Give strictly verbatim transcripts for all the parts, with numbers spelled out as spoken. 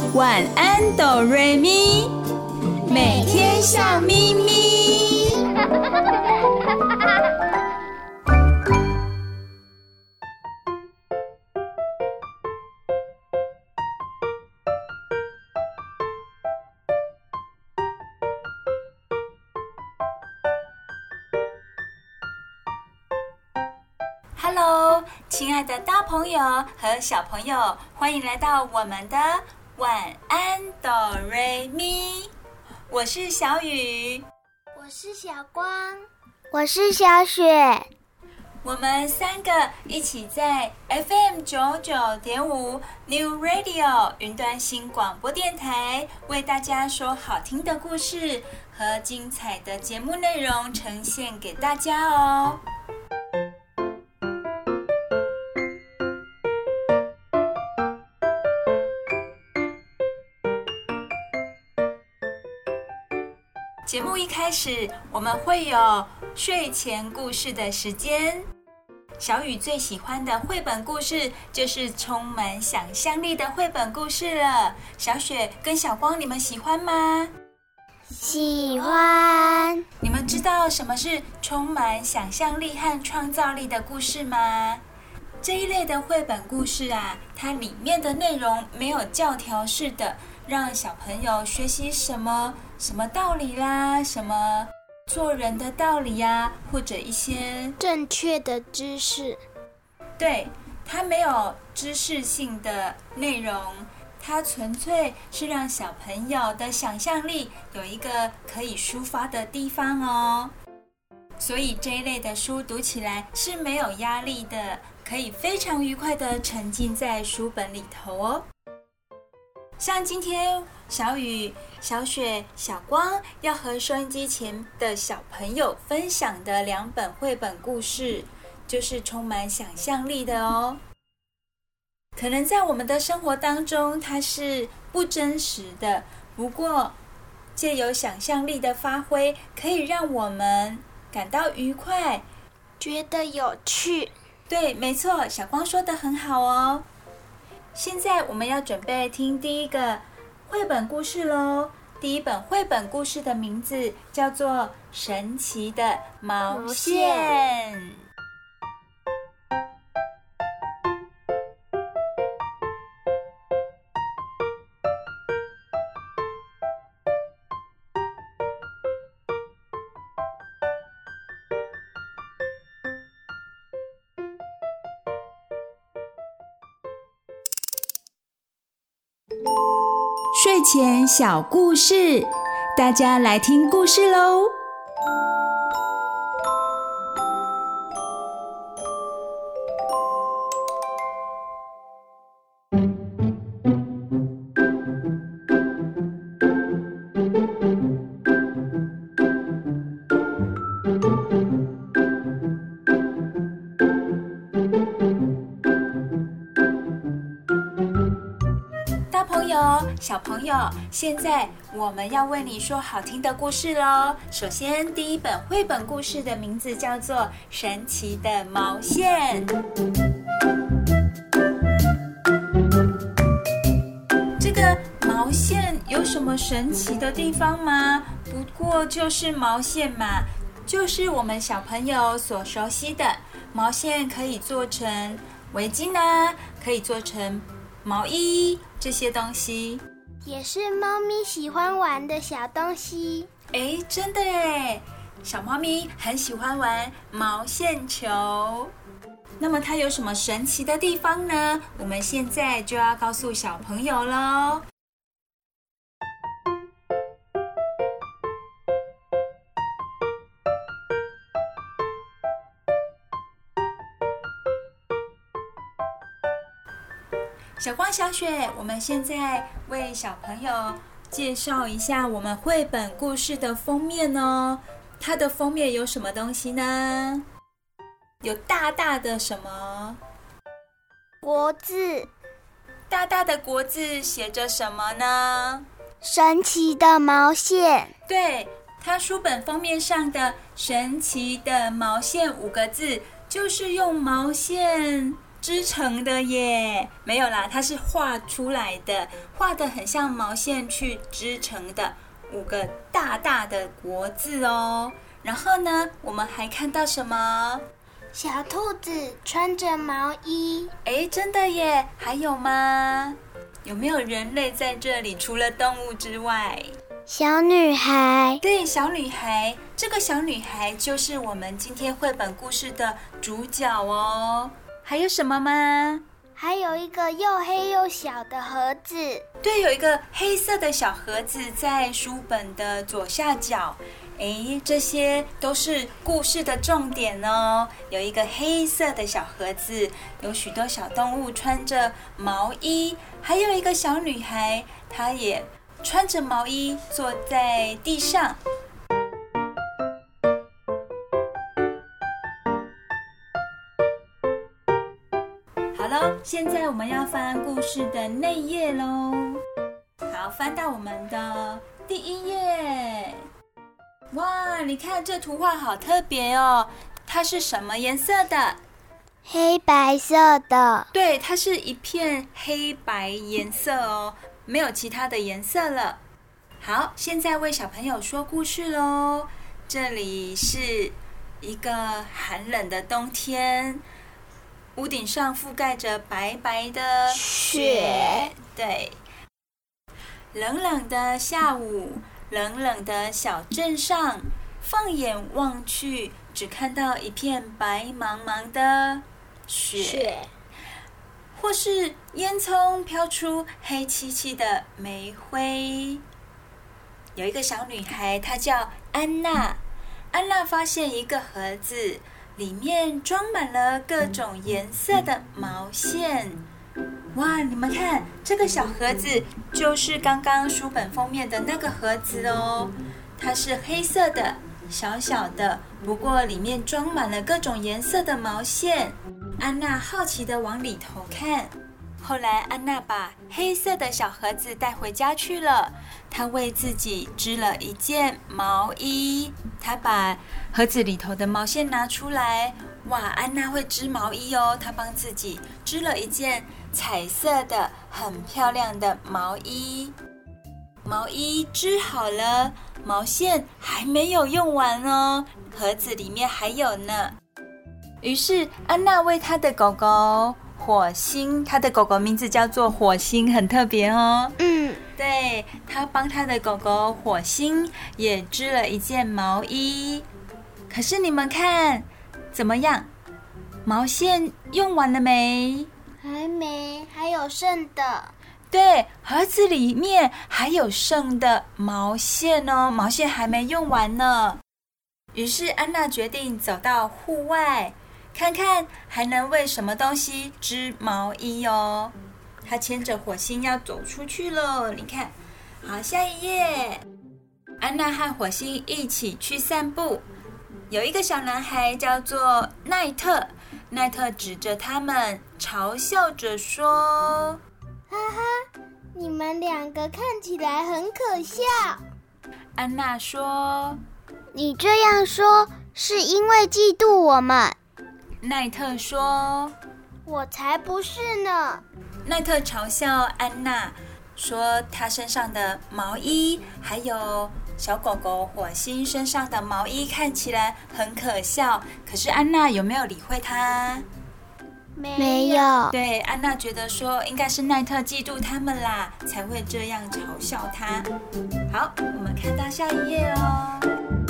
晚安哆瑞咪，每天笑眯眯。Hello， 亲爱的大朋友和小朋友，欢迎来到我们的晚安哆瑞咪。我是小雨， 我是小光，我是小雪。 我们三个一起在 F M 九九点五 New Radio 云端新广播电台，为大家说好听的故事和精彩的节目内容呈现给大家哦。节目一开始，我们会有睡前故事的时间。小雨最喜欢的绘本故事就是充满想象力的绘本故事了。小雪跟小光，你们喜欢吗？ 喜欢。 你们知道什么是充满想象力和创造力的故事吗？这一类的绘本故事啊，它里面的内容没有教条式的，让小朋友学习什么什么道理啦，什么做人的道理呀，或者一些正确的知识。 对，它没有知识性的内容，它纯粹是让小朋友的想象力有一个可以抒发的地方哦。所以这一类的书读起来是没有压力的，可以非常愉快的沉浸在书本里头哦。像今天小雨、小雪、小光要和收音机前的小朋友分享的两本绘本故事，就是充满想象力的哦。可能在我们的生活当中它是不真实的，不过借由想象力的发挥，可以让我们感到愉快， 觉得有趣。 对，没错，小光说得很好哦。现在我们要准备听第一个绘本故事咯。第一本绘本故事的名字叫做《神奇的毛线》。睡前小故事，大家来听故事喽！小朋友，现在我们要为你说好听的故事咯。首先，第一本绘本故事的名字叫做《神奇的毛线》。这个毛线有什么神奇的地方吗？不过就是毛线嘛，就是我们小朋友所熟悉的毛线，可以做成围巾啊，可以做成毛衣这些东西， 也是猫咪喜欢玩的小东西。 哎，真的耶！小猫咪很喜欢玩毛线球。那么它有什么神奇的地方呢？我们现在就要告诉小朋友咯。小光、小雪，我们现在为小朋友介绍一下我们绘本故事的封面哦。它的封面有什么东西呢？有大大的什么？ 国字。 大大的国字写着什么呢？ 神奇的毛线。 对，它书本封面上的神奇的毛线五个字，就是用毛线织成的耶，没有啦，它是画出来的，画得很像毛线去织成的五个大大的国字哦。然后呢，我们还看到什么？ 小兔子穿着毛衣。 哎，真的耶！还有吗？有没有人类在这里？除了动物之外， 小女孩。 对，小女孩。这个小女孩就是我们今天绘本故事的主角哦。还有什么吗？ 还有一个又黑又小的盒子。 对，有一个黑色的小盒子在书本的左下角。诶，这些都是故事的重点哦。有一个黑色的小盒子，有许多小动物穿着毛衣，还有一个小女孩，她也穿着毛衣坐在地上。好了，现在我们要翻故事的内页咯。好，翻到我们的第一页。哇，你看这图画好特别哦，它是什么颜色的？ 黑白色的。 对，它是一片黑白颜色哦，没有其他的颜色了。好，现在为小朋友说故事咯。这里是一个寒冷的冬天，屋顶上覆盖着白白的雪。对，冷冷的下午，冷冷的小镇上，放眼望去，只看到一片白茫茫的雪，雪或是烟囱飘出黑漆漆的煤灰。有一个小女孩，她叫安娜。安娜发现一个盒子，里面装满了各种颜色的毛线。哇，你们看，这个小盒子就是刚刚书本封面的那个盒子哦。它是黑色的，小小的，不过里面装满了各种颜色的毛线。安娜好奇地往里头看。后来安娜把黑色的小盒子带回家去了，她为自己织了一件毛衣。她把盒子里头的毛线拿出来，哇，安娜会织毛衣哦，她帮自己织了一件彩色的很漂亮的毛衣。毛衣织好了，毛线还没有用完哦，盒子里面还有呢。于是安娜为她的狗狗火星，她的狗狗名字叫做火星，很特别哦。 嗯， 对，她帮她的狗狗火星也织了一件毛衣。可是你们看怎么样？毛线用完了没？ 还没，还有剩的。 对，盒子里面还有剩的毛线哦，毛线还没用完呢。于是安娜决定走到户外，看看还能为什么东西织毛衣哦。她牵着火星要走出去了，你看。好，下一页。安娜和火星一起去散步，有一个小男孩叫做奈特，奈特指着他们，嘲笑着说： 哈哈，你们两个看起来很可笑。 安娜说： 你这样说是因为嫉妒我们。 奈特说： 我才不是呢。 奈特嘲笑安娜，说她身上的毛衣还有小狗狗火星身上的毛衣看起来很可笑。可是安娜有没有理会他？ 没有。 对，安娜觉得说应该是奈特嫉妒他们啦，才会这样嘲笑他。好，我们看到下一页哦。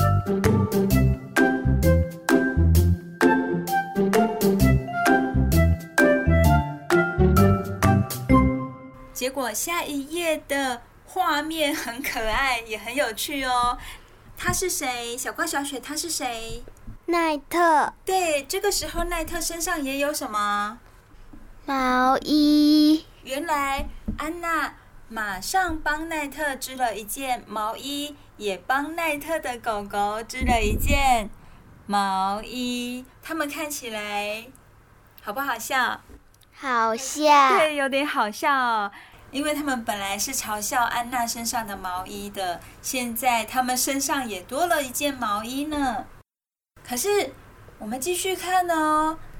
结果下一页的画面很可爱，也很有趣哦。他是谁？小光、小雪，他是谁？ 奈特。 对，这个时候奈特身上也有什么？ 毛衣。 原来安娜马上帮奈特织了一件毛衣，也帮奈特的狗狗织了一件毛衣。他们看起来好不好笑？ 好笑。 对，有点好笑哦。因为他们本来是嘲笑安娜身上的毛衣的，现在他们身上也多了一件毛衣呢。可是我们继续看哦，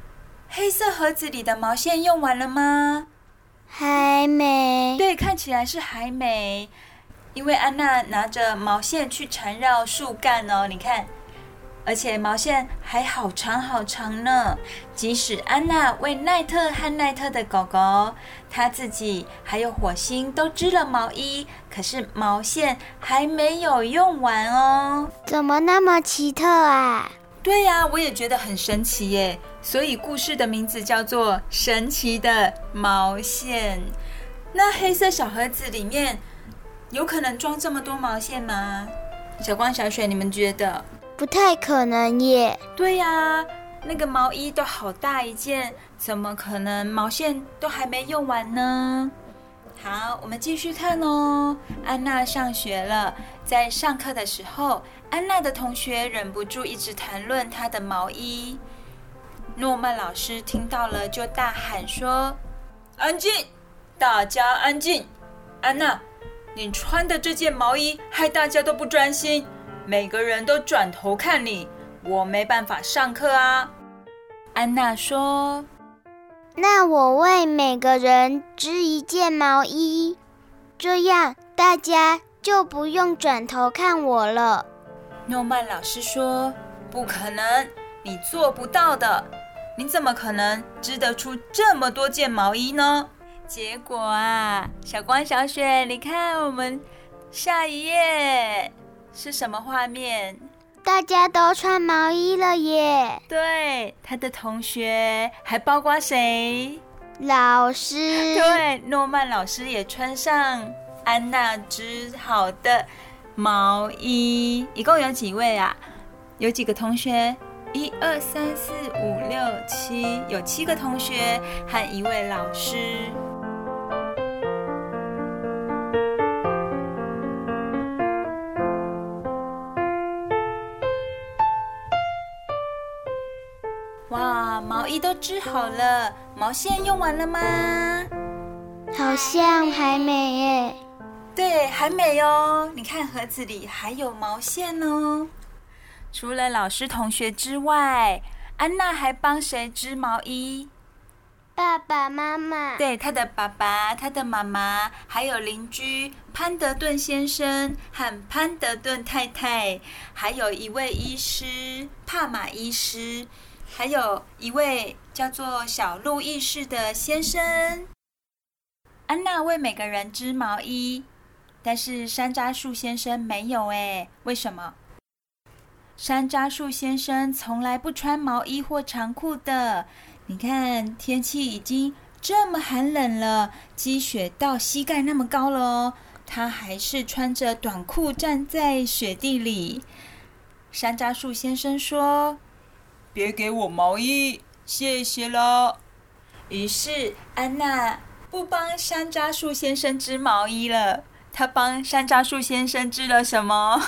黑色盒子里的毛线用完了吗？ 还没。 对，看起来是还没，因为安娜拿着毛线去缠绕树干哦，你看，而且毛线还好长好长呢。即使安娜为奈特和奈特的狗狗，她自己还有火星都织了毛衣，可是毛线还没有用完哦。 怎么那么奇特啊？ 对呀、啊，我也觉得很神奇耶。所以故事的名字叫做《神奇的毛线》。那黑色小盒子里面有可能装这么多毛线吗？小光、小雪，你们觉得？ 不太可能耶。 对呀、啊，那个毛衣都好大一件，怎么可能毛线都还没用完呢？好，我们继续看哦。安娜上学了，在上课的时候，安娜的同学忍不住一直谈论她的毛衣。诺曼老师听到了，就大喊说：“安静，大家安静！安娜，你穿的这件毛衣害大家都不专心，每个人都转头看你，我没办法上课啊。”安娜说：“ 那我为每个人织一件毛衣，这样大家就不用转头看我了。” 诺曼老师说：“不可能，你做不到的。你怎么可能织得出这么多件毛衣呢？”结果啊，小光、小雪，你看我们下一页是什么画面？ 大家都穿毛衣了耶！ 对，他的同学还包括谁？ 老师。 对，诺曼老师也穿上安娜织好的毛衣。一共有几位啊？有几个同学？一二三四五六七，有七个同学和一位老师。哇，毛衣都织好了，毛线用完了吗？ 好像还没耶。 对，还没哦。你看盒子里还有毛线哦。除了老师同学之外，安娜还帮谁织毛衣？ 爸爸妈妈。 对，她的爸爸、她的妈妈，还有邻居潘德顿先生和潘德顿太太，还有一位医师帕马医师，还有一位叫做小路易士的先生。安娜为每个人织毛衣，但是山楂树先生没有诶，为什么？山楂树先生从来不穿毛衣或长裤的。你看，天气已经这么寒冷了，积雪到膝盖那么高了哦，他还是穿着短裤站在雪地里。山楂树先生说：“别给我毛衣，谢谢了。”于是安娜不帮山楂树先生织毛衣了，她帮山楂树先生织了什么？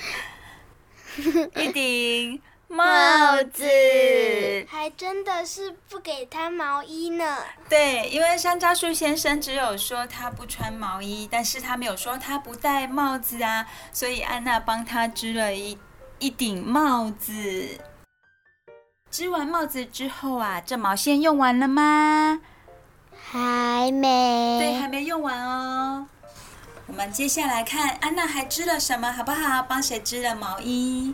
一顶帽子。 还真的是不给他毛衣呢。 对，因为山楂树先生只有说他不穿毛衣，但是他没有说他不戴帽子啊，所以安娜帮他织了一一顶帽子。织完帽子之后啊，这毛线用完了吗？ 还没。 对，还没用完哦。我们接下来看安娜还织了什么，好不好？帮谁织了毛衣？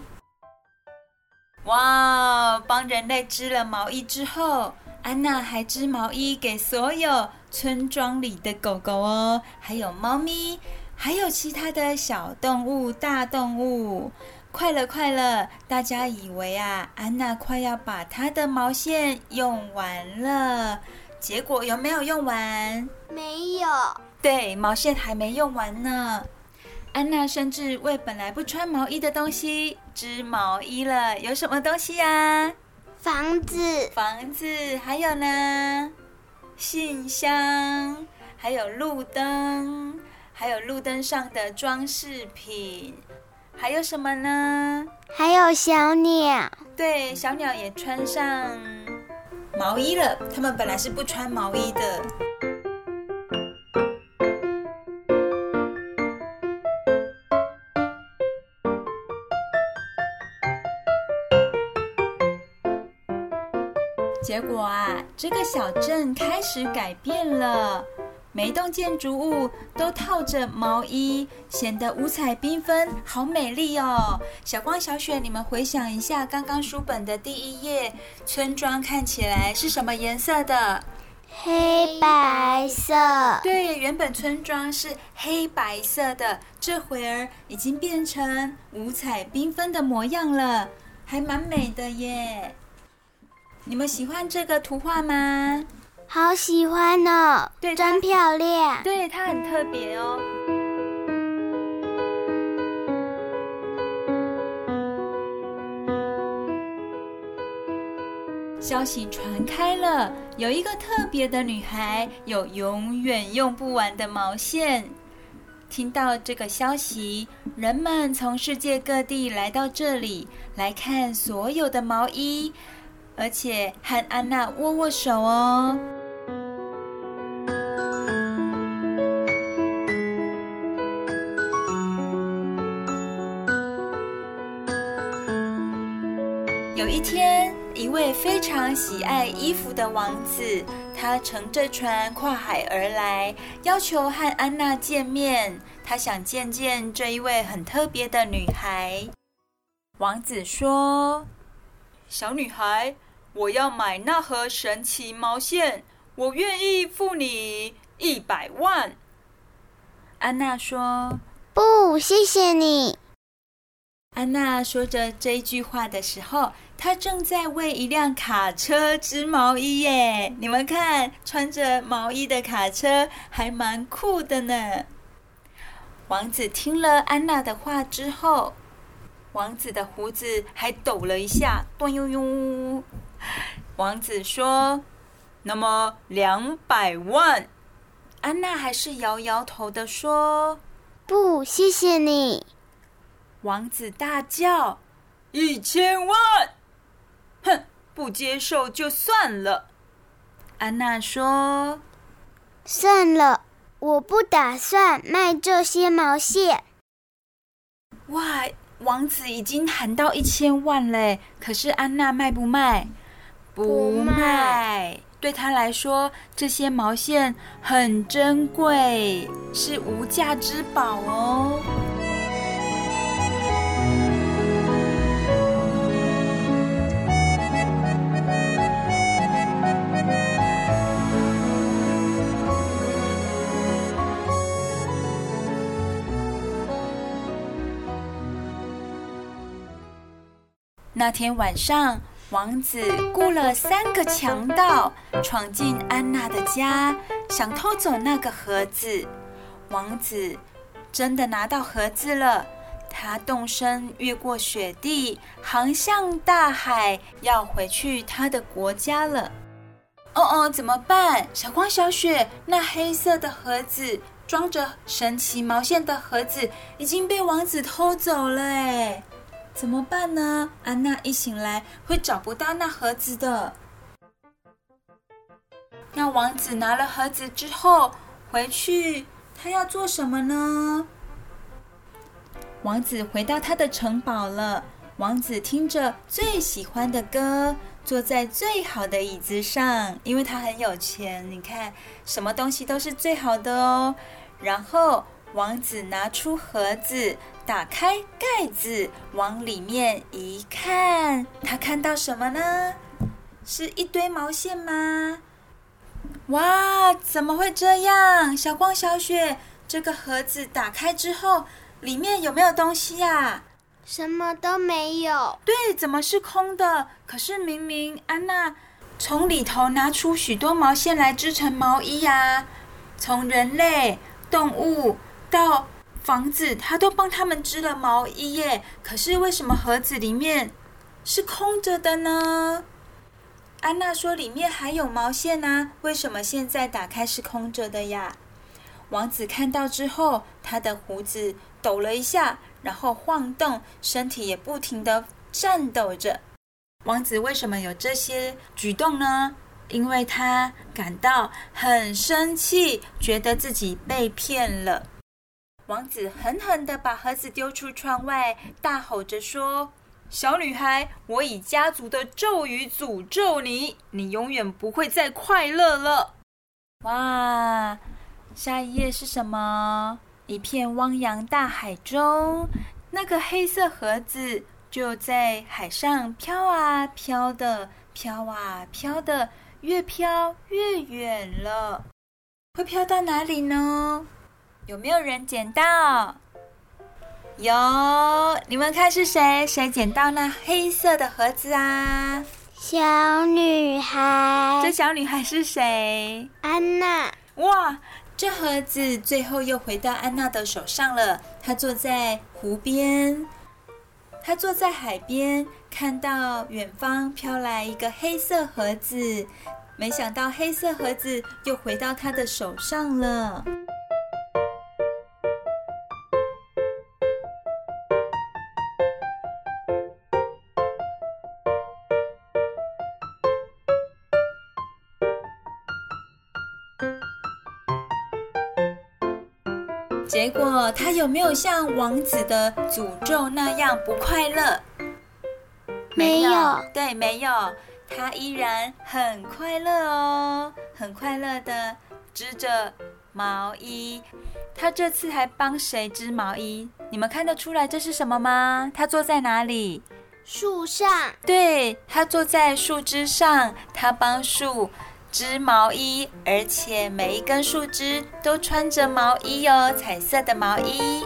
哇，帮人类织了毛衣之后，安娜还织毛衣给所有村庄里的狗狗哦，还有猫咪，还有其他的小动物、大动物。快了，快了！大家以为啊，安娜快要把她的毛线用完了，结果有没有用完？ 没有。 对，毛线还没用完呢。安娜甚至为本来不穿毛衣的东西织毛衣了，有什么东西啊？ 房子。 房子，还有呢？信箱，还有路灯，还有路灯上的装饰品，还有什么呢？ 还有小鸟。 对，小鸟也穿上毛衣了，它们本来是不穿毛衣的。 结果啊，这个小镇开始改变了，每一栋建筑物都套着毛衣，显得五彩缤纷，好美丽哦。小光小雪，你们回想一下刚刚书本的第一页，村庄看起来是什么颜色的？ 黑白色。 对，原本村庄是黑白色的，这会儿已经变成五彩缤纷的模样了，还蛮美的耶。你们喜欢这个图画吗？ 好喜欢哦， 对， 真漂亮。 对，它很特别哦。消息传开了，有一个特别的女孩，有永远用不完的毛线。听到这个消息，人们从世界各地来到这里，来看所有的毛衣，而且和安娜握握手哦。有一天，一位非常喜爱衣服的王子，他乘着船跨海而来，要求和安娜见面。他想见见这一位很特别的女孩。王子说：“小女孩，我要买那盒神奇毛线，我愿意付你一百万。”安娜说：“ 不，谢谢你。” 安娜说着这句话的时候，她正在为一辆卡车织毛衣耶！你们看，穿着毛衣的卡车还蛮酷的呢。王子听了安娜的话之后，王子的胡子还抖了一下，咚呦呦。王子说：“那么两百万。”安娜还是摇摇头的说：“ 不，谢谢你。” 王子大叫：“一千万！”哼，不接受就算了。安娜说：“ 算了，我不打算卖这些毛线。” 哇，王子已经喊到一千万嘞，可是安娜卖不卖？不卖。对她来说，这些毛线很珍贵，是无价之宝哦。那天晚上，王子雇了三个强盗闯进安娜的家，想偷走那个盒子。王子真的拿到盒子了，他动身越过雪地，航向大海，要回去他的国家了。哦哦，怎么办？小光小雪，那黑色的盒子，装着神奇毛线的盒子已经被王子偷走了耶！怎么办呢？安娜一醒来会找不到那盒子的。那王子拿了盒子之后回去，他要做什么呢？王子回到他的城堡了。王子听着最喜欢的歌，坐在最好的椅子上，因为他很有钱，你看什么东西都是最好的哦。然后王子拿出盒子，打开盖子，往里面一看，他看到什么呢？是一堆毛线吗？哇，怎么会这样？小光小雪，这个盒子打开之后，里面有没有东西呀？ 什么都没有。 对，怎么是空的？可是明明安娜从里头拿出许多毛线来织成毛衣呀，从人类、动物到房子，她都帮他们织了毛衣耶。可是为什么盒子里面是空着的呢？安娜说里面还有毛线啊，为什么现在打开是空着的呀？王子看到之后，他的胡子抖了一下，然后晃动，身体也不停地颤抖着。王子为什么有这些举动呢？因为他感到很生气，觉得自己被骗了。王子狠狠地把盒子丢出窗外，大吼着说： 小女孩，我以家族的咒语诅咒你，你永远不会再快乐了。哇，下一页是什么？一片汪洋大海中，那个黑色盒子就在海上飘啊飘的，飘啊飘的，越飘越远了。会飘到哪里呢？有没有人捡到？有，你们看是谁？谁捡到那黑色的盒子啊？ 小女孩。 这小女孩是谁？ 安娜。 哇，这盒子最后又回到安娜的手上了。她坐在湖边，她坐在海边，看到远方飘来一个黑色盒子，没想到黑色盒子又回到她的手上了。结果他有没有像王子的诅咒那样不快乐？ 没有。 对，没有。他依然很快乐哦，很快乐的织着毛衣。他这次还帮谁织毛衣？你们看得出来这是什么吗？他坐在哪里？ 树上。 对，他坐在树枝上，他帮树织毛衣，而且每一根树枝都穿着毛衣哦，彩色的毛衣。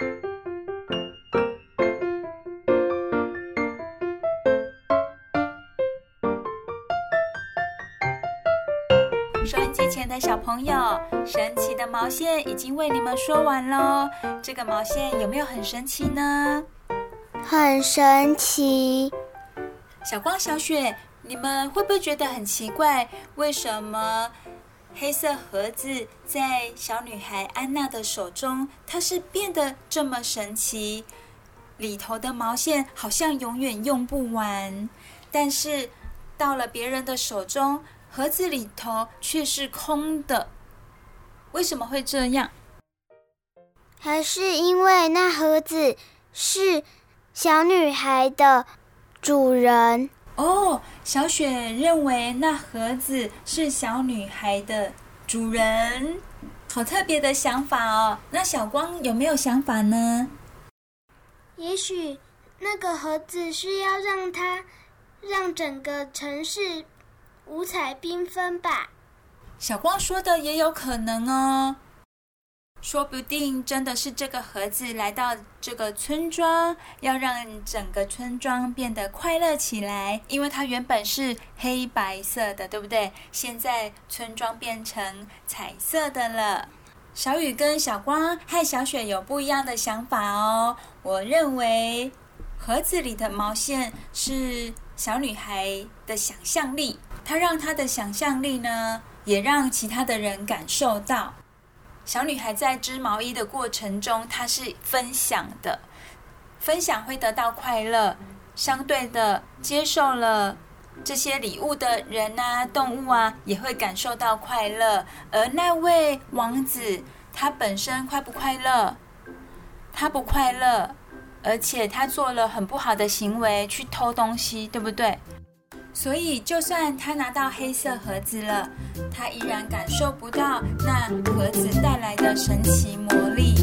收音机前的小朋友，神奇的毛线已经为你们说完咯。这个毛线有没有很神奇呢？ 很神奇。 小光、小雪，你们会不会觉得很奇怪，为什么黑色盒子在小女孩安娜的手中，它是变得这么神奇？里头的毛线好像永远用不完，但是到了别人的手中，盒子里头却是空的。为什么会这样？ 还是因为那盒子是小女孩的主人。 哦，小雪认为那盒子是小女孩的主人，好特别的想法哦。那小光有没有想法呢？ 也许那个盒子是要让它让整个城市五彩缤纷吧。 小光说的也有可能哦，说不定真的是这个盒子来到这个村庄，要让整个村庄变得快乐起来，因为它原本是黑白色的，对不对？现在村庄变成彩色的了。小雨跟小光和小雪有不一样的想法哦。我认为盒子里的毛线是小女孩的想象力，她让她的想象力呢，也让其他的人感受到。小女孩在织毛衣的过程中，她是分享的，分享会得到快乐，相对的接受了这些礼物的人啊、动物啊，也会感受到快乐。而那位王子，他本身快不快乐？他不快乐，而且他做了很不好的行为，去偷东西，对不对？所以就算他拿到黑色盒子了，他依然感受不到那盒子带来的神奇魔力。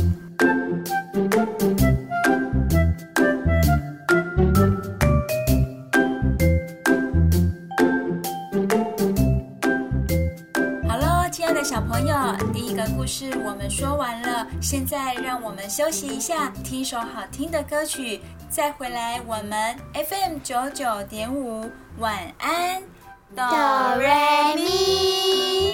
好咯，亲爱的小朋友，第一个故事我们说完了，现在让我们休息一下，听一首好听的歌曲，再回来我们 F M 九九点五晚安哆瑞咪。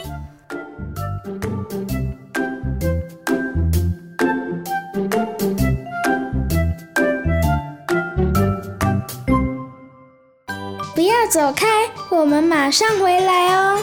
不要走开，我们马上回来哦。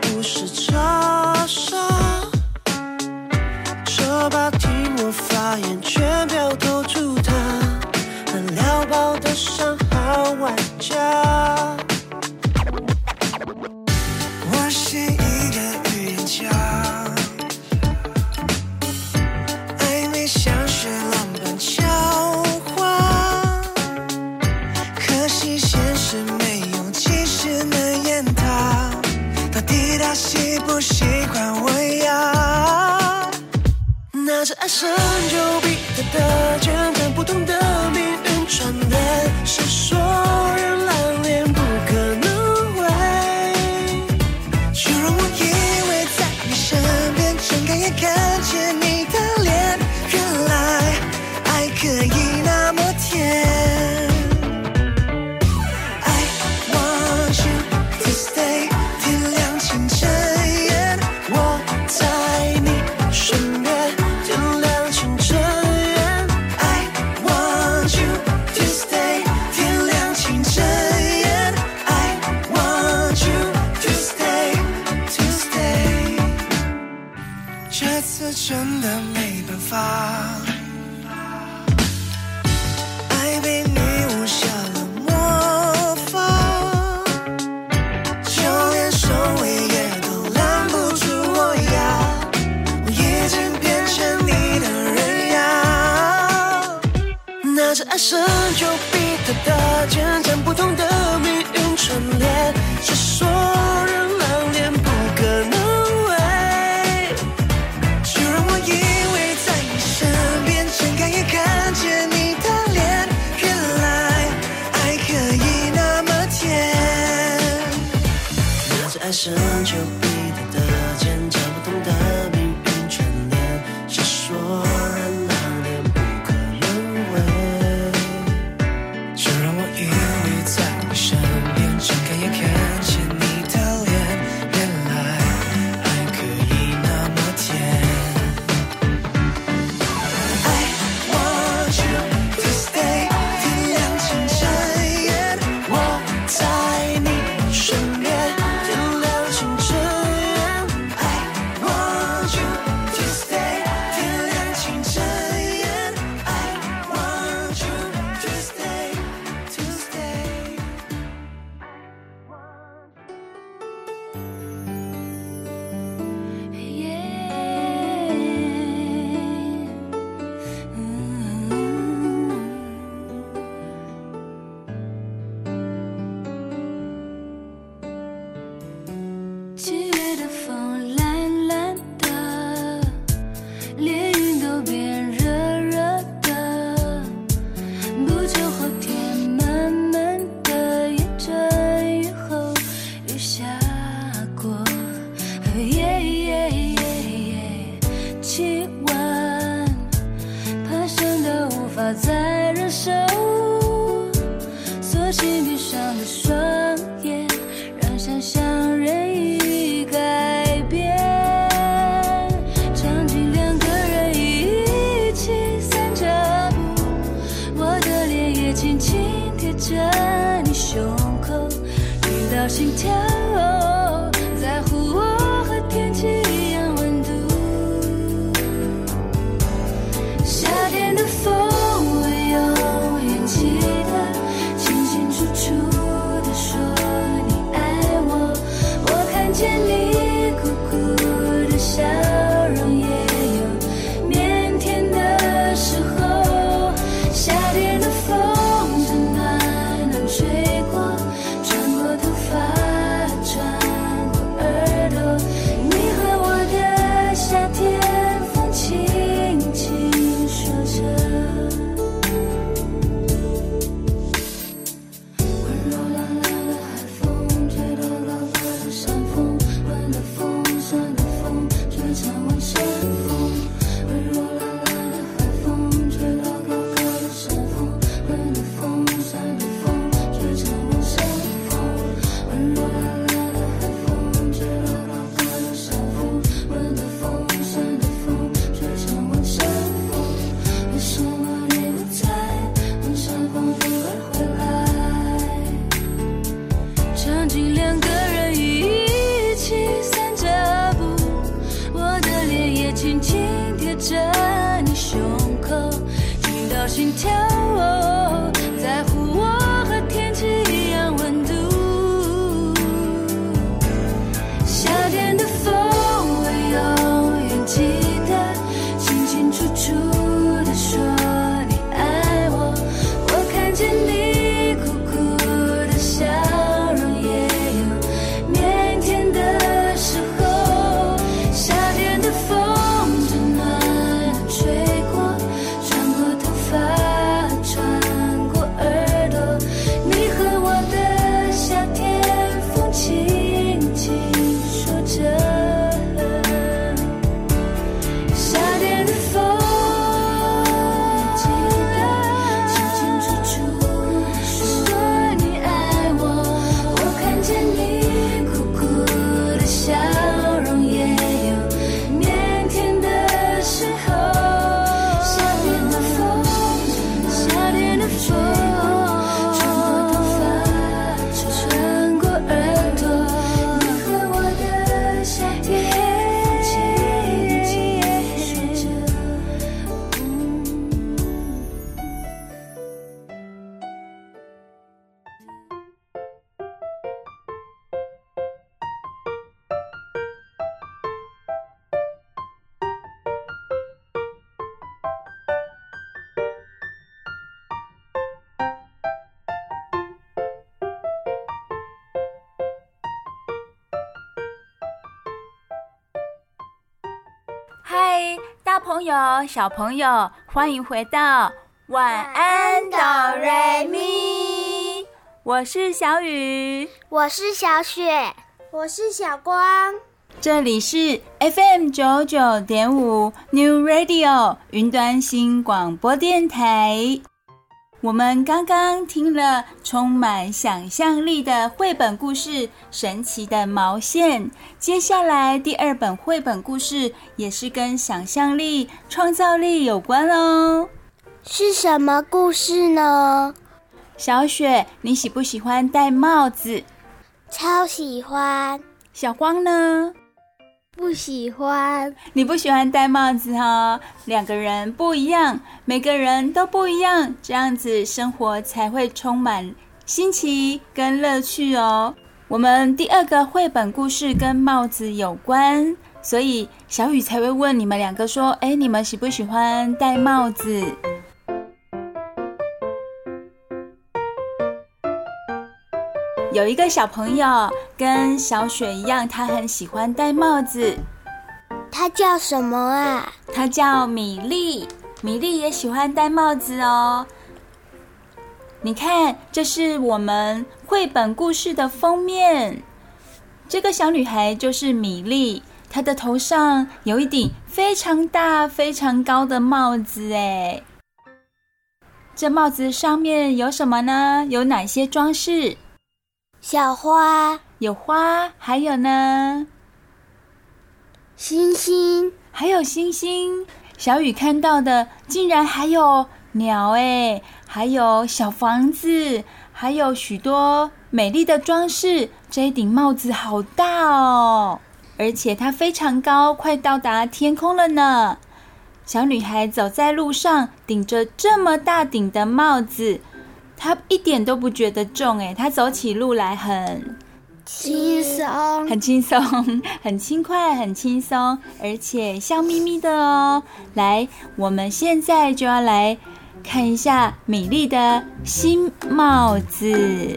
说吧，听我发言。 是一个预言家，暧昧像是浪漫交换，可惜现实没有及时能验他，到底他喜不喜欢我呀？拿着爱神就逼他的简单，不同的命运串联，是说人蓝脸不可能会，就让我以为在你身边，睁开眼看见你的脸，原来爱可以那么甜。I want you to stay， 天亮请睁眼，我在你身边。真的没办法，爱被你无下了魔法，就连守卫也都拦不住我呀，我已经变成你的人呀。拿着爱神就逼他的简单，不同的命运串联，是说人蓝脸不可能。看见你的脸，原来爱可以那么甜。拿着爱神就逼他的肩，找不同的命运串联，是说人蓝脸不可能为，就让我依偎在你身边，睁开眼看见你的脸，原来爱可以那么甜。心跳，在乎我和天气一样温度。夏朋友、小朋友，欢迎回到晚安哆瑞咪。我是小雨， 我是小雪，我是小光。 这里是 F M 九九点五 New Radio 云端新广播电台。我们刚刚听了充满想象力的绘本故事《神奇的毛线》，接下来第二本绘本故事也是跟想象力、创造力有关哦。 是什么故事呢？ 小雪，你喜不喜欢戴帽子？ 超喜欢。 小光呢？ 不喜欢。 你不喜欢戴帽子哦，两个人不一样，每个人都不一样，这样子生活才会充满新奇跟乐趣哦。我们第二个绘本故事跟帽子有关，所以小雨才会问你们两个说，哎，你们喜不喜欢戴帽子？有一个小朋友跟小雪一样，他很喜欢戴帽子。 他叫什么啊？ 他叫米莉。米莉也喜欢戴帽子哦。你看，这是我们绘本故事的封面。这个小女孩就是米莉，她的头上有一顶非常大、非常高的帽子哎。这帽子上面有什么呢？有哪些装饰？ 小花， 有花，还有呢？ 星星， 还有星星。小雨看到的竟然还有鸟诶，还有小房子，还有许多美丽的装饰。这一顶帽子好大哦，而且它非常高，快到达天空了呢。小女孩走在路上，顶着这么大顶的帽子，他一点都不觉得重诶，他走起路来很轻松， 很轻松，很轻快，很轻松，而且笑眯眯的哦。来，我们现在就要来看一下米莉的新帽子。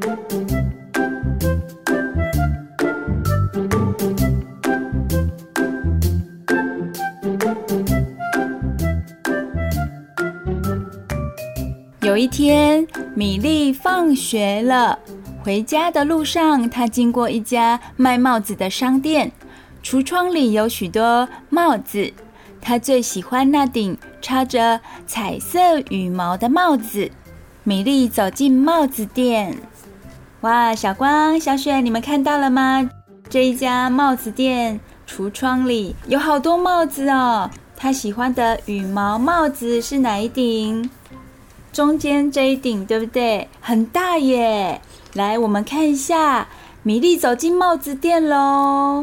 有一天，米莉放学了，回家的路上，她经过一家卖帽子的商店，橱窗里有许多帽子，她最喜欢那顶插着彩色羽毛的帽子。米莉走进帽子店，哇，小光、小雪，你们看到了吗？这一家帽子店橱窗里有好多帽子哦。她喜欢的羽毛帽子是哪一顶？中间这一顶，对不对？很大耶！来，我们看一下，米莉走进帽子店咯。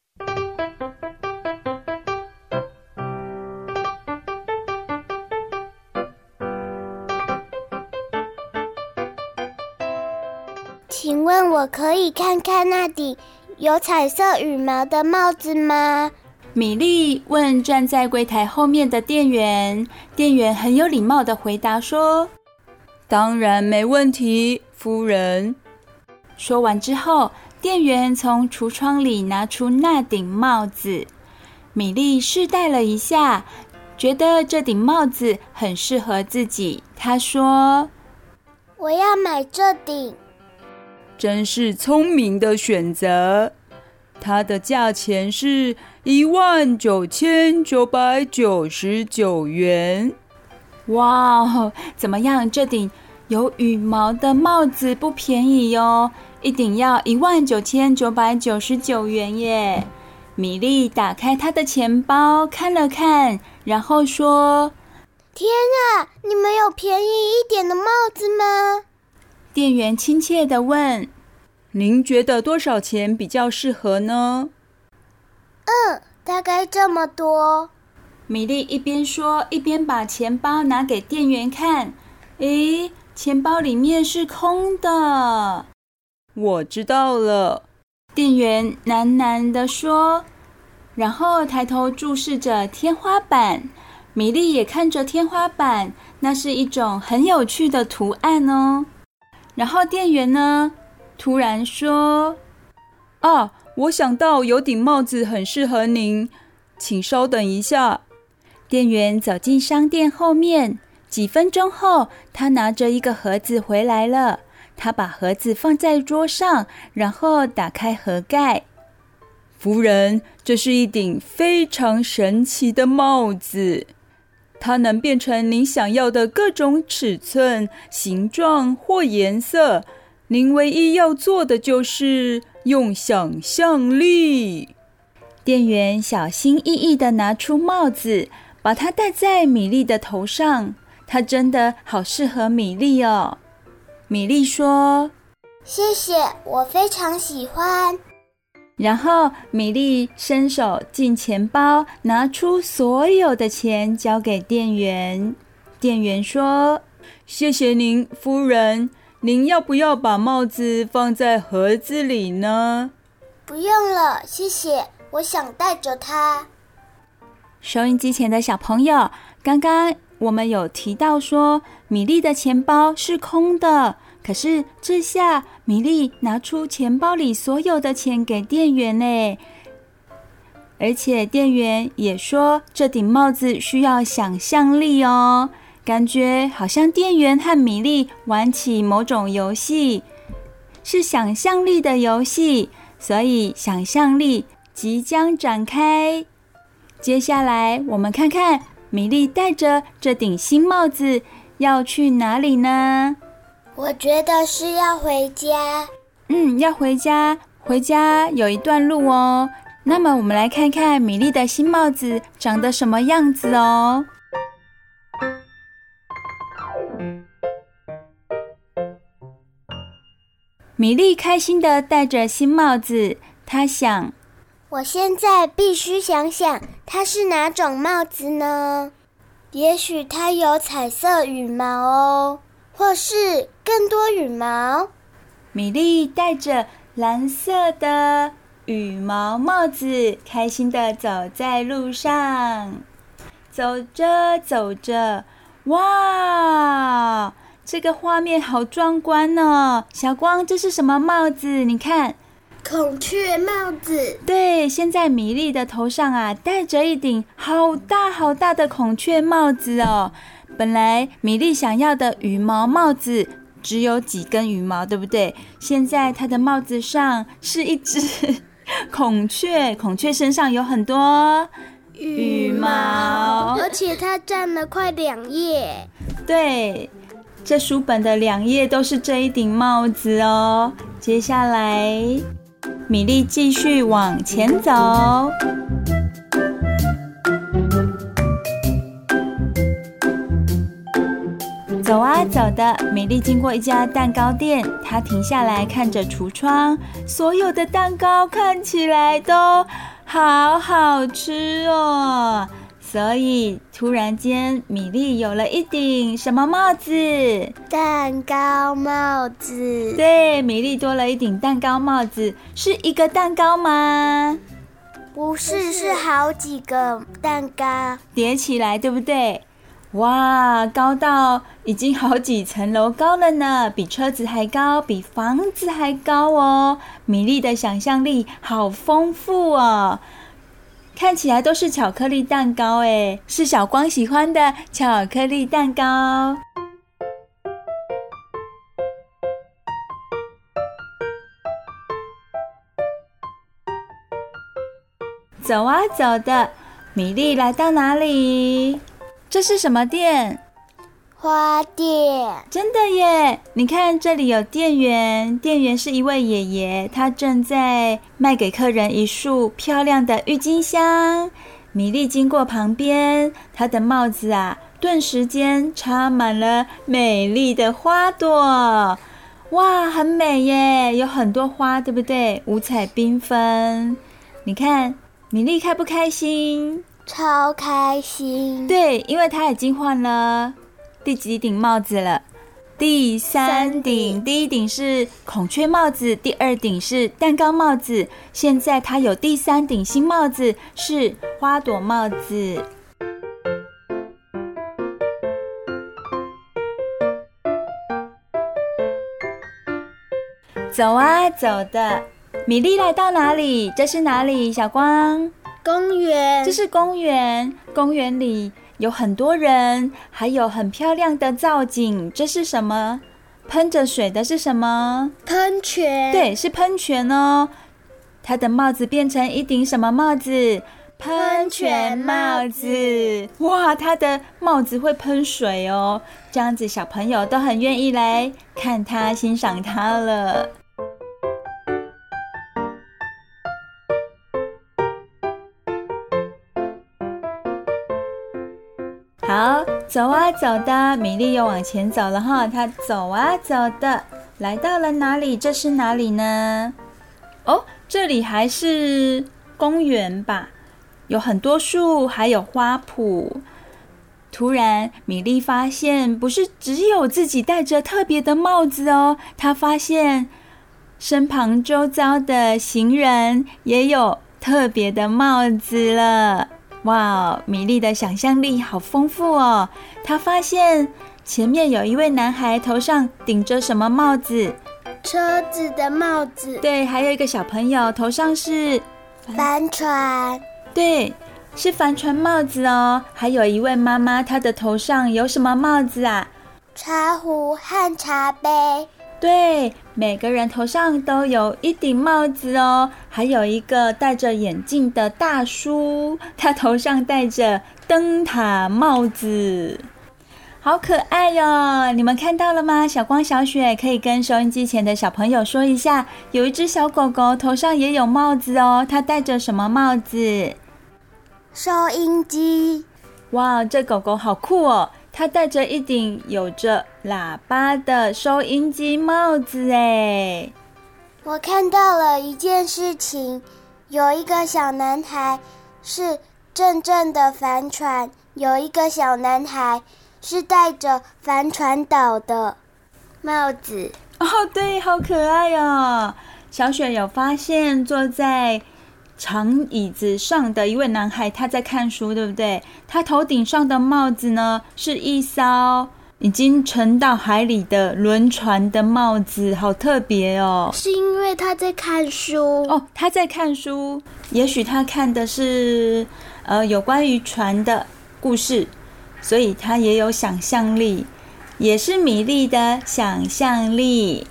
请问我可以看看那顶有彩色羽毛的帽子吗？ 米莉问站在柜台后面的店员，店员很有礼貌地回答说：“当然没问题，夫人。”说完之后，店员从橱窗里拿出那顶帽子。米莉试戴了一下，觉得这顶帽子很适合自己。她说：“ 我要买这顶。” 真是聪明的选择。它的价钱是一万九千九百九十九元。 哇，怎么样？这顶有羽毛的帽子不便宜哦，一顶要一万九千九百九十九元耶！米莉打开她的钱包看了看，然后说：“ 天啊，你们有便宜一点的帽子吗？” 店员亲切地问：“ 您觉得多少钱比较适合呢？” 嗯，大概这么多。 米莉一边说，一边把钱包拿给店员看。诶，钱包里面是空的。 我知道了， 店员喃喃地说，然后抬头注视着天花板。米莉也看着天花板，那是一种很有趣的图案哦。然后店员呢，突然说：“ 啊，我想到有顶帽子很适合您，请稍等一下。” 店员走进商店后面，几分钟后，他拿着一个盒子回来了。他把盒子放在桌上，然后打开盒盖。夫人，这是一顶非常神奇的帽子，它能变成您想要的各种尺寸、形状或颜色。您唯一要做的就是用想象力。店员小心翼翼地拿出帽子，把它戴在米莉的头上。它真的好适合米莉哦。米莉说：“ 谢谢，我非常喜欢。” 然后米莉伸手进钱包，拿出所有的钱交给店员。店员说：“谢谢您，夫人。您要不要把帽子放在盒子里呢？”“ 不用了，谢谢，我想带着它。” 收音机前的小朋友，刚刚我们有提到说米莉的钱包是空的，可是这下米莉拿出钱包里所有的钱给店员耶，而且店员也说这顶帽子需要想象力哦，感觉好像店员和米莉玩起某种游戏，是想象力的游戏，所以想象力即将展开。接下来我们看看米莉带着这顶新帽子要去哪里呢？ 我觉得是要回家。 嗯，要回家，回家有一段路哦。那么我们来看看米莉的新帽子长得什么样子哦。米莉开心地戴着新帽子，她想， 我现在必须想想它是哪种帽子呢？也许它有彩色羽毛哦，或是更多羽毛。 米莉戴着蓝色的羽毛帽子，开心地走在路上。走着走着，哇，这个画面好壮观哦！小光，这是什么帽子？你看。 孔雀帽子。 对，现在米莉的头上啊戴着一顶好大好大的孔雀帽子哦。本来米莉想要的羽毛帽子只有几根羽毛，对不对？现在她的帽子上是一只孔雀，孔雀身上有很多羽毛， 而且它占了快两页。 对，这书本的两页都是这一顶帽子哦。接下来米莉继续往前走，走啊走的，米莉经过一家蛋糕店，她停下来看着橱窗，所有的蛋糕看起来都好好吃哦。所以突然间米莉有了一顶什么帽子？ 蛋糕帽子。 对，米莉多了一顶蛋糕帽子。是一个蛋糕吗？ 不是，是好几个蛋糕叠起来，对不对？哇，高到已经好几层楼高了呢，比车子还高，比房子还高哦。米莉的想象力好丰富哦。看起来都是巧克力蛋糕诶，是小光喜欢的巧克力蛋糕。走啊走的，米莉来到哪里？这是什么店？ 花店。 真的耶！你看这里有店员，店员是一位爷爷，他正在卖给客人一束漂亮的郁金香。米莉经过旁边，她的帽子啊，顿时间插满了美丽的花朵。哇，很美耶，有很多花，对不对？五彩缤纷。你看米莉开不开心？ 超开心。 对，因为她已经换了第几顶帽子了？第三顶。第一顶是孔雀帽子，第二顶是蛋糕帽子，现在它有第三顶新帽子，是花朵帽子。走啊走的，米莉来到哪里？这是哪里？小光？ 公园， 这是公园，公园里有很多人，还有很漂亮的造景。这是什么？喷着水的是什么？ 喷泉。 对，是喷泉哦。它的帽子变成一顶什么帽子？喷泉帽子。哇，它的帽子会喷水哦，这样子小朋友都很愿意来看它、欣赏它了。好，走啊走的，米莉又往前走了哈。她走啊走的，来到了哪里？这是哪里呢？哦，这里还是公园吧，有很多树，还有花圃。突然，米莉发现不是只有自己戴着特别的帽子哦，她发现身旁周遭的行人也有特别的帽子了。哇，米莉的想象力好丰富哦！她发现前面有一位男孩头上顶着什么帽子？ 车子的帽子。 对，还有一个小朋友头上是帆船。 对，是帆船帽子哦。还有一位妈妈，她的头上有什么帽子啊？ 茶壶和茶杯。 对，每个人头上都有一顶帽子哦。还有一个戴着眼镜的大叔，他头上戴着灯塔帽子，好可爱哟！你们看到了吗？小光、小雪可以跟收音机前的小朋友说一下，有一只小狗狗头上也有帽子哦，它戴着什么帽子？ 收音机。 哇，这狗狗好酷哦！它戴着一顶有着喇叭的收音机帽子诶。 我看到了一件事情，有一个小男孩是正正的帆船，有一个小男孩是戴着帆船岛的帽子。 哦，对，好可爱哦！小雪有发现坐在长椅子上的一位男孩，他在看书，对不对？他头顶上的帽子呢，是一艘已经沉到海里的轮船的帽子，好特别哦。 是因为他在看书哦，他在看书，也许他看的是呃有关于船的故事，所以他也有想象力，也是米莉的想象力。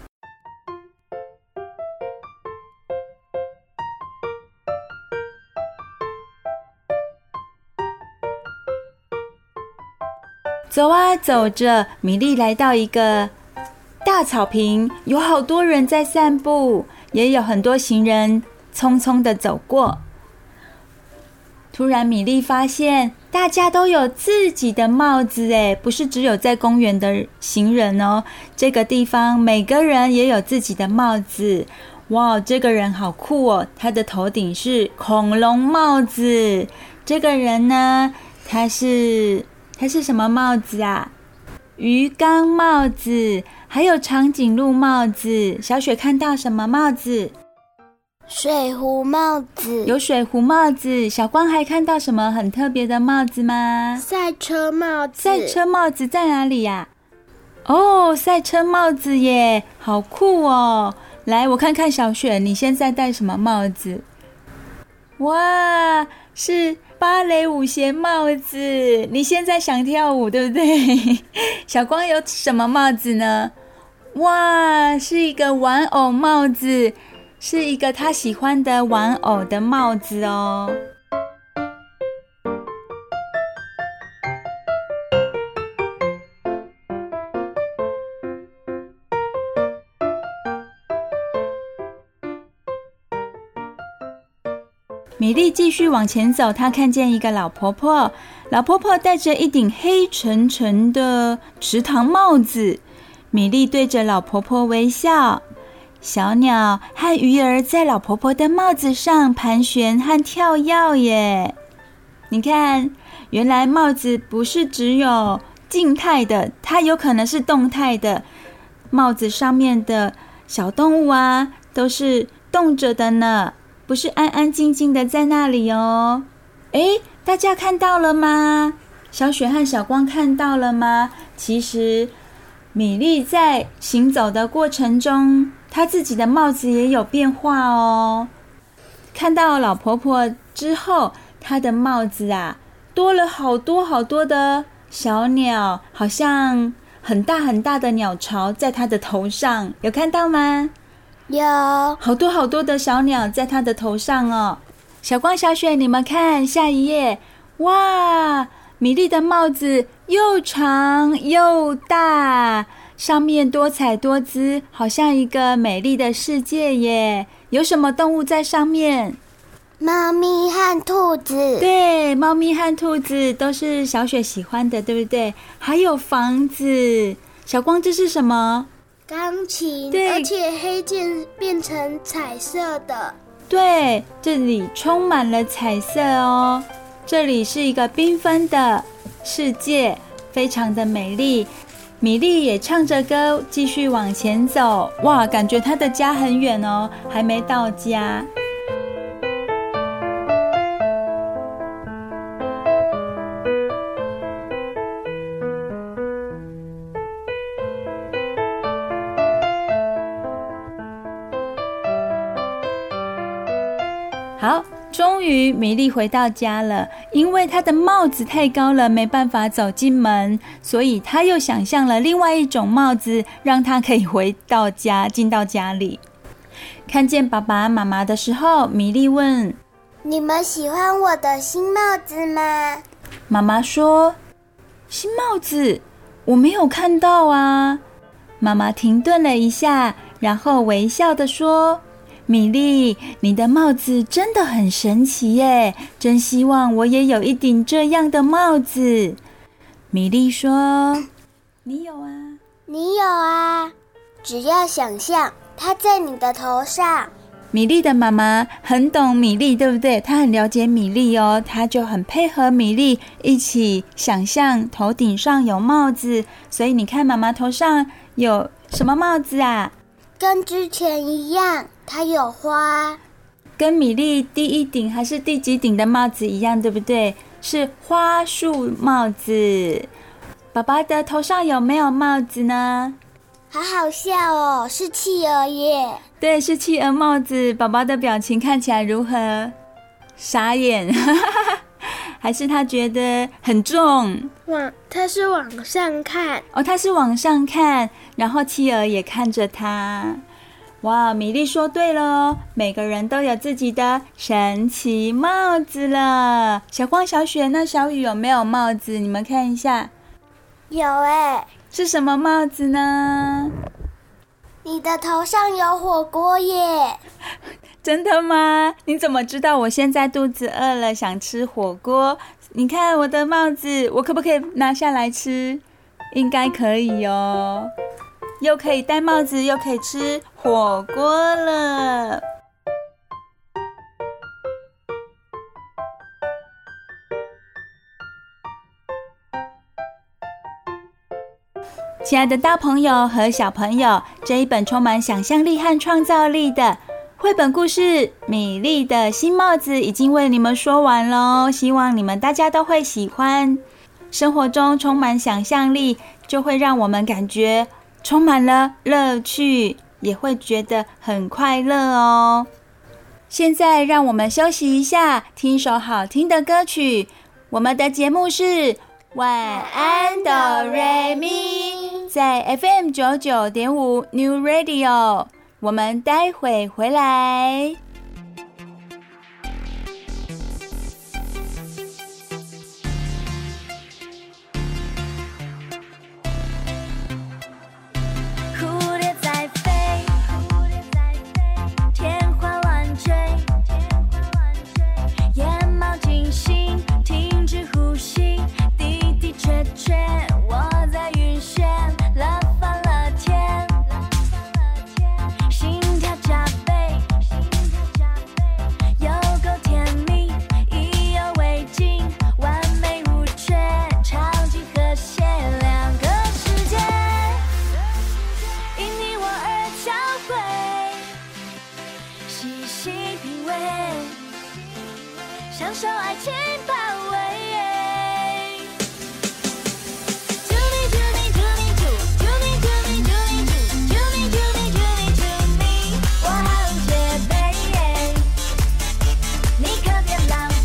走啊走着，米莉来到一个大草坪，有好多人在散步，也有很多行人匆匆的走过。突然米莉发现大家都有自己的帽子耶，不是只有在公园的行人哦，这个地方每个人也有自己的帽子。哇，这个人好酷哦，他的头顶是恐龙帽子。这个人呢，他是它是什么帽子啊？鱼缸帽子，还有长颈鹿帽子。小雪看到什么帽子？ 水壶帽子。 有水壶帽子。小光还看到什么很特别的帽子吗？ 赛车帽子。 赛车帽子在哪里呀？哦，赛车帽子耶，好酷哦！来，我看看小雪，你现在戴什么帽子？哇，是芭蕾舞鞋帽子。你现在想跳舞对不对？小光有什么帽子呢？哇，是一个玩偶帽子，是一个他喜欢的玩偶的帽子哦。米莉继续往前走，她看见一个老婆婆，老婆婆戴着一顶黑沉沉的池塘帽子。米莉对着老婆婆微笑，小鸟和鱼儿在老婆婆的帽子上盘旋和跳跃耶。你看，原来帽子不是只有静态的，它有可能是动态的。帽子上面的小动物啊，都是动着的呢，不是安安静静的在那里哦。诶，大家看到了吗？小雪和小光看到了吗？其实米莉在行走的过程中，她自己的帽子也有变化哦。看到老婆婆之后，它的帽子啊多了好多好多的小鸟，好像很大很大的鸟巢在它的头上，有看到吗？ 有， 好多好多的小鸟在它的头上哦。小光小雪，你们看下一页，哇，米莉的帽子又长又大，上面多彩多姿，好像一个美丽的世界耶。有什么动物在上面？ 猫咪和兔子。 对，猫咪和兔子都是小雪喜欢的，对不对？还有房子。小光，这是什么？ 钢琴， 对， 而且黑键变成彩色的。 对，这里充满了彩色哦。这里是一个缤纷的世界，非常的美丽。米莉也唱着歌继续往前走，哇，感觉她的家很远哦，还没到家。好，终于米莉回到家了，因为她的帽子太高了，没办法走进门，所以她又想象了另外一种帽子，让她可以回到家，进到家里。看见爸爸妈妈的时候，米莉问： 你们喜欢我的新帽子吗？ 妈妈说：新帽子？我没有看到啊。妈妈停顿了一下，然后微笑地说：米莉，你的帽子真的很神奇耶，真希望我也有一顶这样的帽子。米莉说：你有啊？ 你有啊，只要想象它在你的头上。 米莉的妈妈很懂米莉，对不对？她很了解米莉哦，她就很配合米莉一起想象头顶上有帽子。所以你看妈妈头上有什么帽子啊？ 跟之前一样，它有花。 跟米莉第一顶还是第几顶的帽子一样，对不对？是花束帽子。爸爸的头上有没有帽子呢？ 好好笑哦，是企鹅耶。 对，是企鹅帽子。宝宝的表情看起来如何？傻眼还是他觉得很重？ 往，他是往上看哦，他是往上看，然后企鹅也看着他。哇，米莉说对了哦，每个人都有自己的神奇帽子了。小光、小雪，那小雨有没有帽子？你们看一下。 有耶。 是什么帽子呢？ 你的头上有火锅耶。 真的吗？你怎么知道我现在肚子饿了，想吃火锅？你看我的帽子，我可不可以拿下来吃？应该可以哦，又可以戴帽子，又可以吃火锅了。亲爱的大朋友和小朋友，这一本充满想象力和创造力的绘本故事《米莉的新帽子》已经为你们说完咯，希望你们大家都会喜欢。生活中充满想象力，就会让我们感觉充满了乐趣，也会觉得很快乐哦。现在让我们休息一下，听一首好听的歌曲。我们的节目是晚安哆瑞咪，在 F M 九九点五 New Radio， 我们待会回来。 蝴蝶在飞，天花乱坠，眼冒金星，停止呼吸，的的确确我在晕眩，了翻了天，心跳加倍，有够甜蜜，意犹未尽，完美无缺，超级和谐，两个世界因你我而交汇，细细品味，享受爱情包围。我好戒备，你可别浪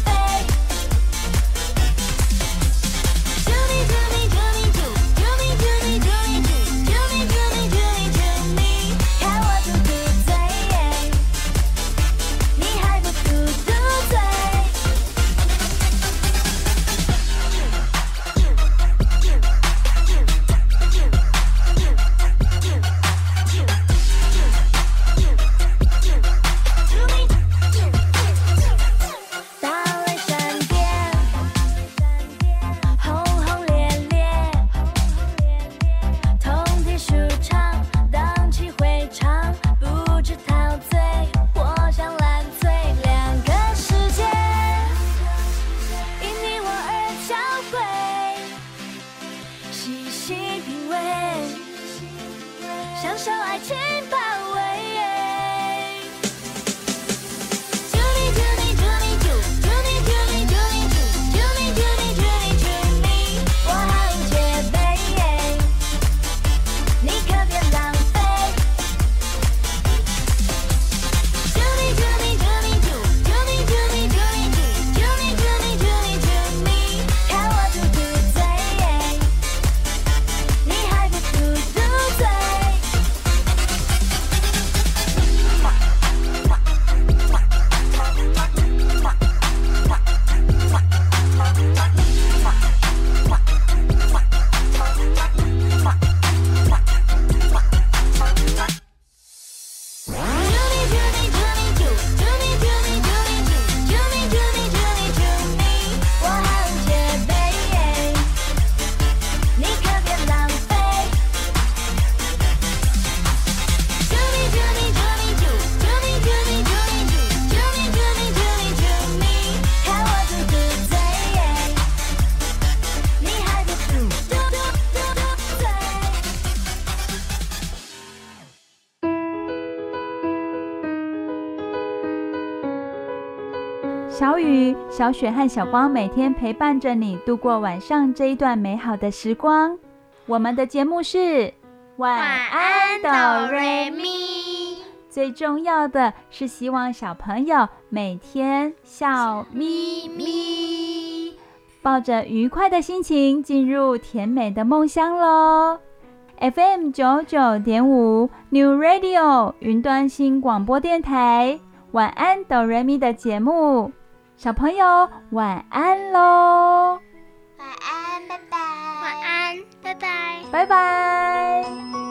宇、小雪和小光每天陪伴着你度过晚上这一段美好的时光。我们的节目是晚安哆瑞咪。 最重要的是希望小朋友每天笑眯眯，抱着愉快的心情进入甜美的梦乡咯。F M 九九点五 New Radio 云端新广播电台，晚安哆瑞咪的节目，小朋友晚安咯。 晚安，拜拜。晚安，拜拜。 拜拜。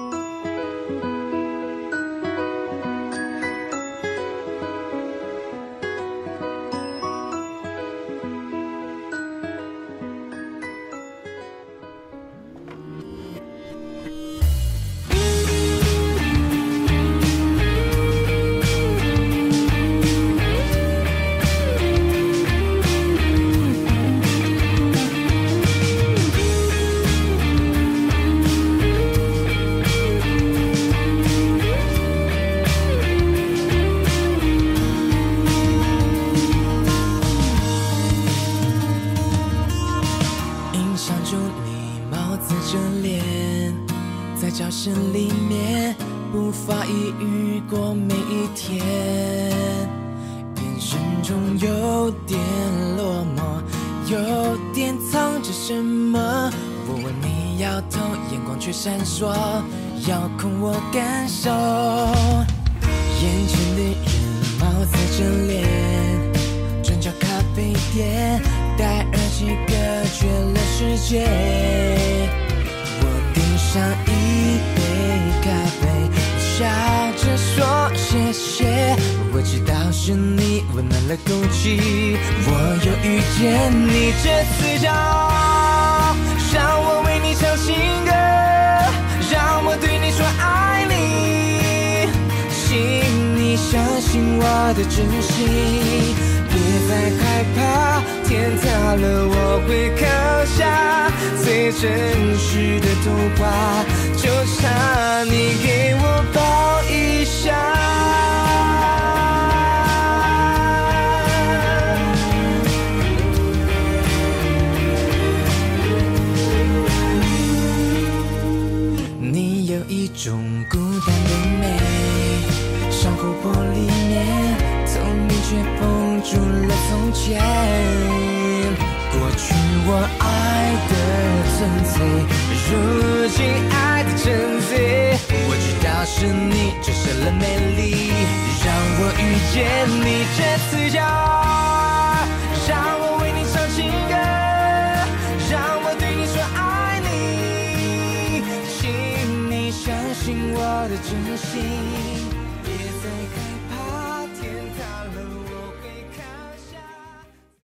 教室里面不发一语过每一天，眼神中有点落寞，有点藏着什么。我问你摇头，眼光却闪烁，遥控我感受。眼前的人貌似真脸，转角咖啡店，戴耳机隔绝了世界。我点上一杯咖啡，笑着说谢谢。我知道是你温暖了空气，我又遇见你这次骄傲，让我为你唱情歌，让我对你说爱你，请你相信我的真心，别再害怕，天塌了我会刻下最真实的童话，就差你给我抱一下。你有一种孤单的美，像湖泊里面透明却封住了从前，过去我爱的纯粹，如今爱的真贼。我知道是你折射了美丽，让我遇见你这次骄傲，